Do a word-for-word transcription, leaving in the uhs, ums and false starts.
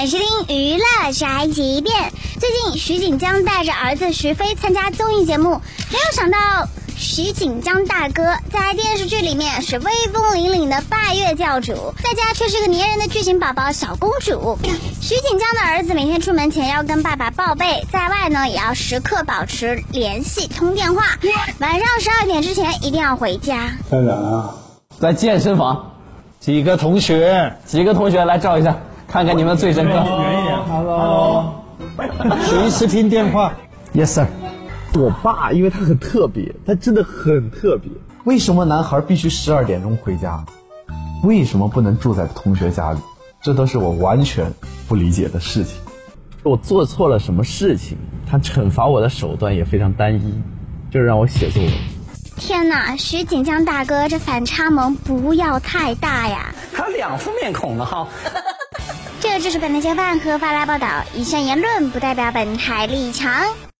欢迎收听娱乐宅急便。最近徐锦江带着儿子徐飞参加综艺节目，没有想到徐锦江大哥在电视剧里面是威风凛凛的拜月教主，在家却是个粘人的巨型宝宝小公主。徐锦江的儿子每天出门前要跟爸爸报备，在外呢也要时刻保持联系通电话，晚上十二点之前一定要回家。 在哪啊？ 在健身房。 几个同学？ 几个同学来照一下，看看你们最深刻。 远一点。Hello。随时听电话。 Yes sir。 我爸因为他很特别，他真的很特别。 为什么男孩必须十二点钟回家？为什么不能住在同学家里？这都是我完全不理解的事情。 我做错了什么事情，他惩罚我的手段也非常单一，就是让我写作文。 天哪，徐锦江大哥这反差萌不要太大呀！ 他两副面孔了哈。 这就是本台监范和发来报道，以上言论不代表本台立场。